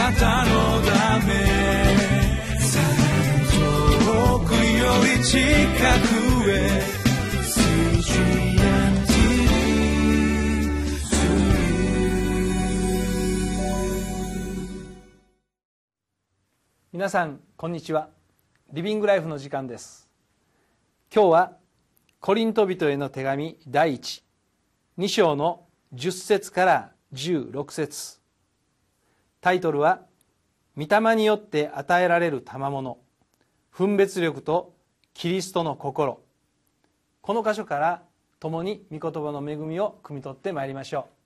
なたのため遠くより近くへ皆さんこんにちは。リビングライフの時間です。今日はコリント人への手紙第12章の10節から16節、タイトルは御霊によって与えられる賜物、分別力とキリストの心。この箇所から共に御言葉の恵みを汲み取ってまいりましょう。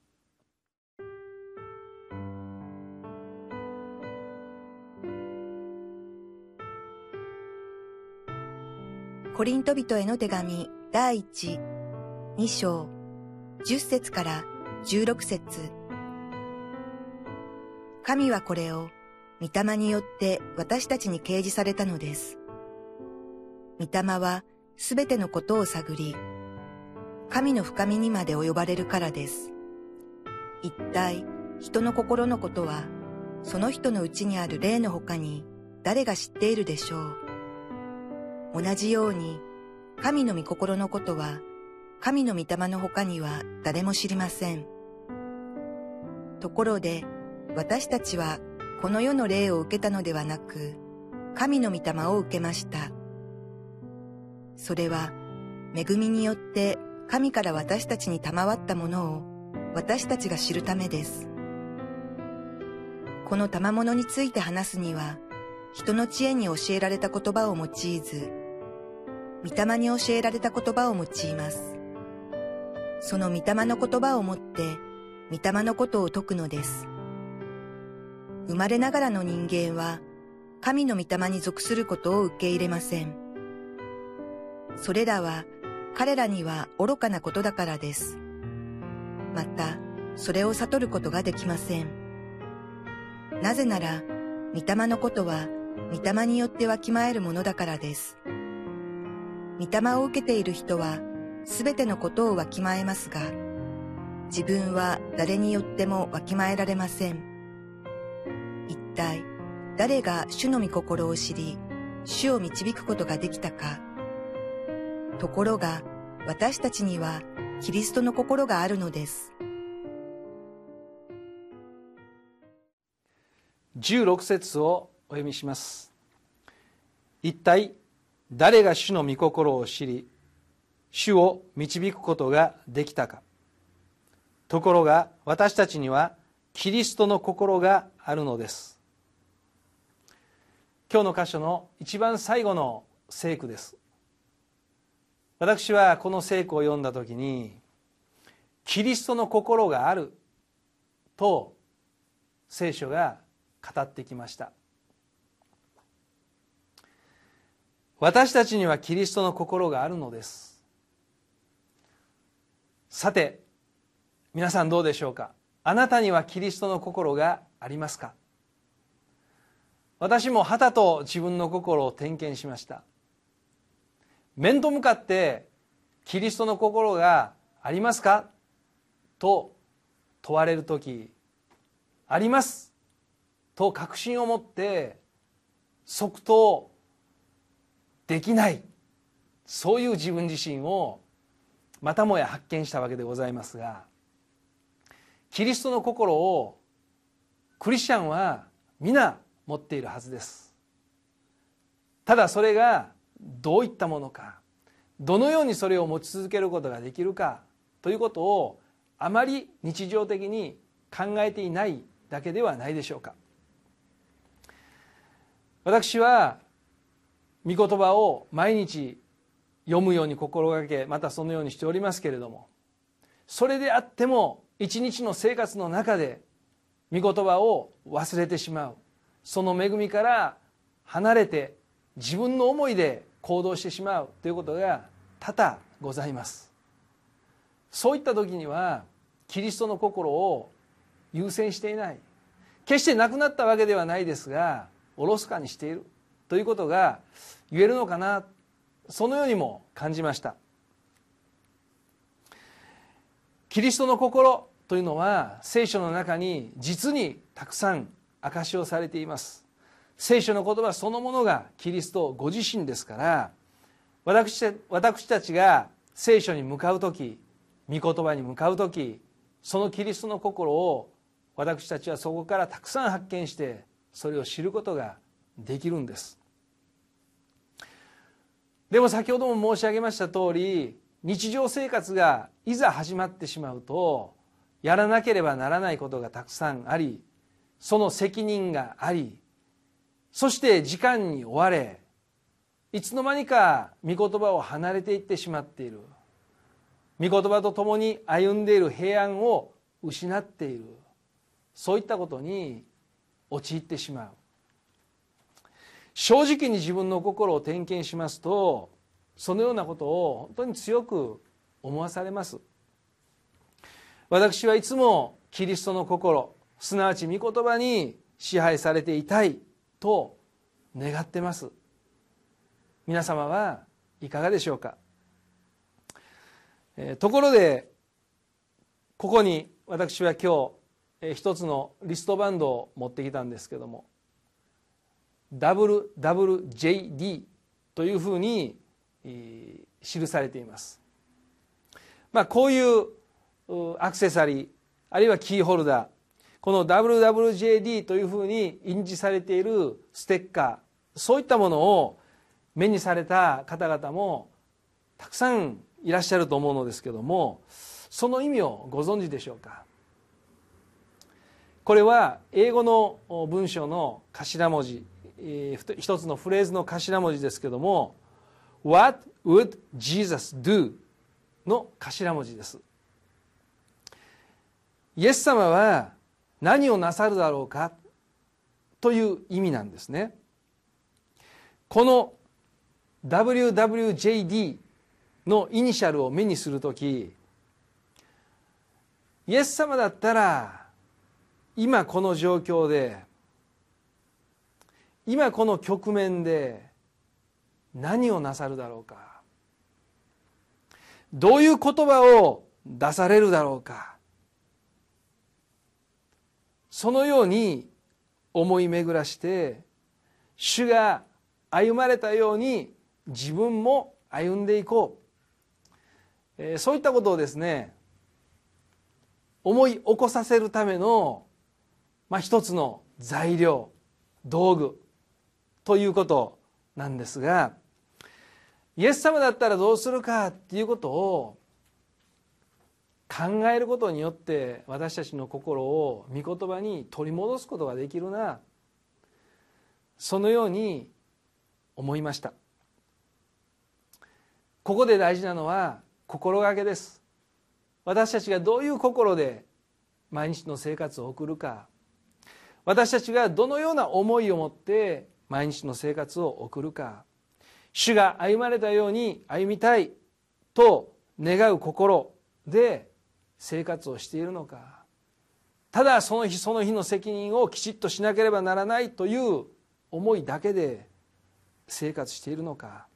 コリント人への手紙第12章10節から16節。神はこれを御霊によって私たちに掲示されたのです。御霊はすべてのことを探り、神の深みにまで及ばれるからです。一体人の心のことは、その人のうちにある霊のほかに誰が知っているでしょう。同じように、神の御心のことは、神の御霊のほかには誰も知りません。ところで、私たちはこの世の霊を受けたのではなく、神の御霊を受けました。それは、恵みによって神から私たちに賜ったものを私たちが知るためです。この賜物について話すには、人の知恵に教えられた言葉を用いず、御霊に教えられた言葉を用います。その御霊の言葉をもって、御霊のことを説くのです。生まれながらの人間は、神の御霊に属することを受け入れません。それらは、彼らには愚かなことだからです。また、それを悟ることができません。なぜなら、御霊のことは、御霊によってわきまえるものだからです。御霊を受けている人は、すべてのことをわきまえますが、自分は誰によってもわきまえられません。一体、誰が主の御心を知り、主を導くことができたか。ところが、私たちにはキリストの心があるのです。 16節をお読みします。一体誰が主の御心を知り、主を導くことができたか。ところが私たちにはキリストの心があるのです。今日の箇所の一番最後の聖句です。私はこの聖句を読んだときに、キリストの心があると聖書が語ってきました。私たちにはキリストの心があるのです。さて、皆さんどうでしょうか。あなたにはキリストの心がありますか。私もはたと自分の心を点検しました。面と向かってキリストの心がありますかと問われるとき、ありますと確信を持って即答できない、そういう自分自身をまたもや発見したわけでございますが、キリストの心をクリスチャンは皆持っているはずです。ただそれがどういったものか、どのようにそれを持ち続けることができるかということをあまり日常的に考えていないだけではないでしょうか。私は御言葉を毎日読むように心がけ、またそのようにしておりますけれども、それであっても一日の生活の中で御言葉を忘れてしまう、その恵みから離れて自分の思いで行動してしまうということが多々ございます。そういった時にはキリストの心を優先していない、決してなくなったわけではないですがおろそかにしているということが言えるのかな、そのようにも感じました。キリストの心というのは聖書の中に実にたくさん証しをされています。聖書の言葉そのものがキリストご自身ですから、私たちが聖書に向かうとき、御言葉に向かうとき、そのキリストの心を私たちはそこからたくさん発見して、それを知ることができるんです。でも先ほども申し上げました通り、日常生活がいざ始まってしまうと、やらなければならないことがたくさんあり、その責任があり、そして時間に追われ、いつの間にか御言葉を離れていってしまっている。御言葉と共に歩んでいる平安を失っている。そういったことに陥ってしまう。正直に自分の心を点検しますと、そのようなことを本当に強く思わされます。私はいつもキリストの心、すなわち御言葉に支配されていたいと願ってます。皆様はいかがでしょうか。ところでここに私は今日一つのリストバンドを持ってきたんですけども、 WWJD というふうに記されています。こういうアクセサリーあるいはキーホルダー、この WWJD というふうに印字されているステッカー、そういったものを目にされた方々もたくさんいらっしゃると思うのですけども、その意味をご存知でしょうか。これは英語の文章の頭文字、一つのフレーズの頭文字ですけども、 What would Jesus do の頭文字です。イエス様は何をなさるだろうかという意味なんですね。この WWJD のイニシャルを目にするとき、イエス様だったら今この状況で、今この局面で何をなさるだろうか、どういう言葉を出されるだろうか、そのように思い巡らして、主が歩まれたように自分も歩んでいこう、そういったことをですね、思い起こさせるための、一つの材料、道具ということなんですが、イエス様だったらどうするかっていうことを考えることによって、私たちの心を御言葉に取り戻すことができるな、そのように思いました。ここで大事なのは心がけです。私たちがどういう心で毎日の生活を送るか、私たちがどのような思いを持って毎日の生活を送るか、主が歩まれたように歩みたいと願う心で生活をしているのか、ただその日その日の責任をきちっとしなければならないという思いだけで生活しているのか。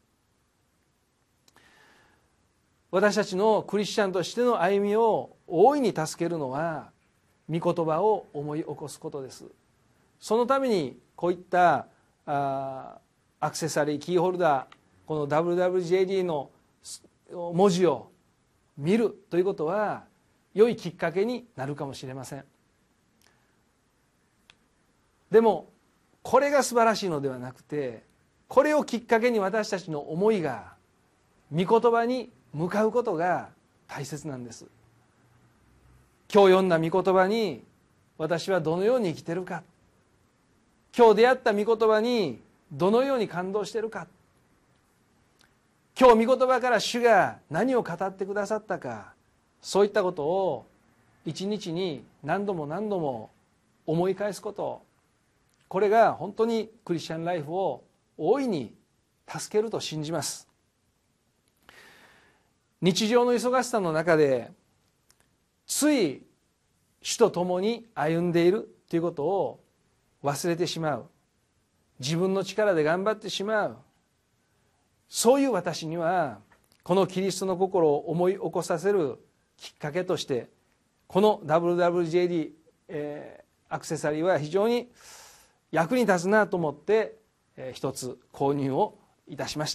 私たちのクリスチャンとしての歩みを大いに助けるのは御言葉を思い起こすことです。そのためにこういったアクセサリー、キーホルダー、この WWJD の文字を見るということは良いきっかけになるかもしれません。でもこれが素晴らしいのではなくて、これをきっかけに私たちの思いが御言葉に向かうことが大切なんです。今日読んだ御言葉に私はどのように生きているか、今日出会った御言葉にどのように感動しているか、今日御言葉から主が何を語ってくださったか、そういったことを一日に何度も何度も思い返すこと、これが本当にクリスチャンライフを大いに助けると信じます。日常の忙しさの中でつい主と共に歩んでいるということを忘れてしまう、自分の力で頑張ってしまう、そういう私にはこのキリストの心を思い起こさせるきっかけとして、この WWJD、アクセサリーは非常に役に立つなと思って一つ購入をいたしました。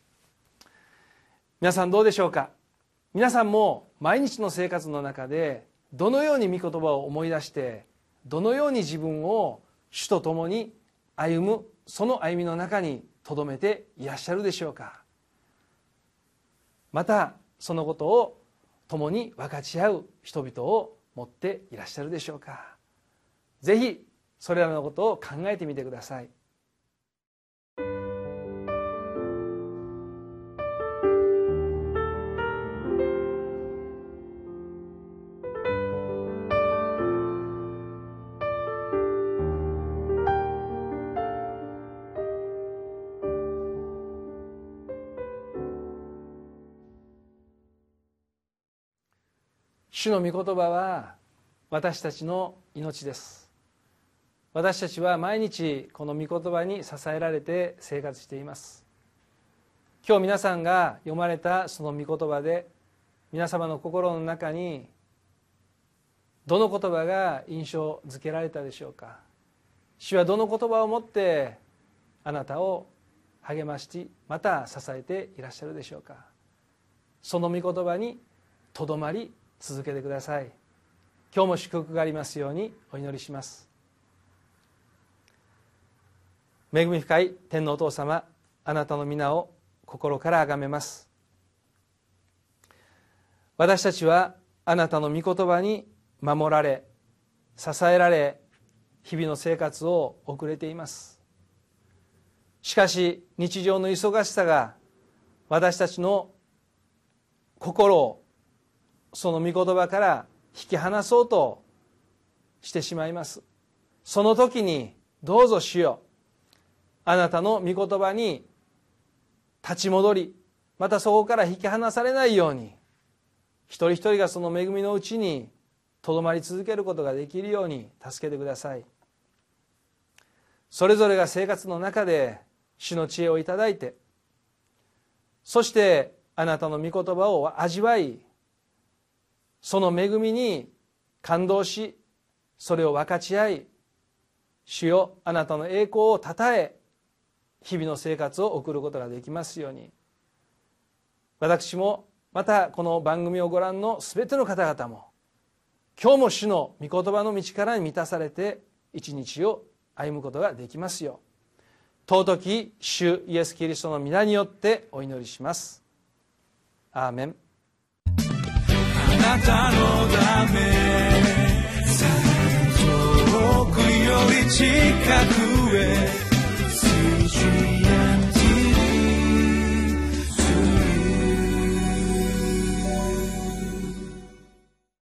皆さんどうでしょうか。皆さんも毎日の生活の中でどのように御言葉を思い出して、どのように自分を主と共に歩む、その歩みの中に留めていらっしゃるでしょうか。またそのことを共に分かち合う人々を持っていらっしゃるでしょうか。ぜひそれらのことを考えてみてください。主の御言葉は私たちの命です。私たちは毎日この御言葉に支えられて生活しています。今日皆さんが読まれたその御言葉で、皆様の心の中にどの言葉が印象づけられたでしょうか。主はどの言葉をもってあなたを励まし、また支えていらっしゃるでしょうか。その御言葉にとどまり続けてください。今日も祝福がありますようにお祈りします。恵み深い天のお父様、あなたの皆を心から崇めます。私たちはあなたの御言葉に守られ、支えられ、日々の生活を送れています。しかし日常の忙しさが私たちの心をその御言葉から引き離そうとしてしまいます。その時にどうぞ主よ、あなたの御言葉に立ち戻り、またそこから引き離されないように、一人一人がその恵みのうちにとどまり続けることができるように助けてください。それぞれが生活の中で主の知恵をいただいて、そしてあなたの御言葉を味わい、その恵みに感動し、それを分かち合い、主よ、あなたの栄光をたたえ、日々の生活を送ることができますように。私もまたこの番組をご覧のすべての方々も、今日も主の御言葉の道から満たされて一日を歩むことができますよう、尊き主イエス・キリストの皆によってお祈りします。アーメン。 あなたのため遠くより近くへ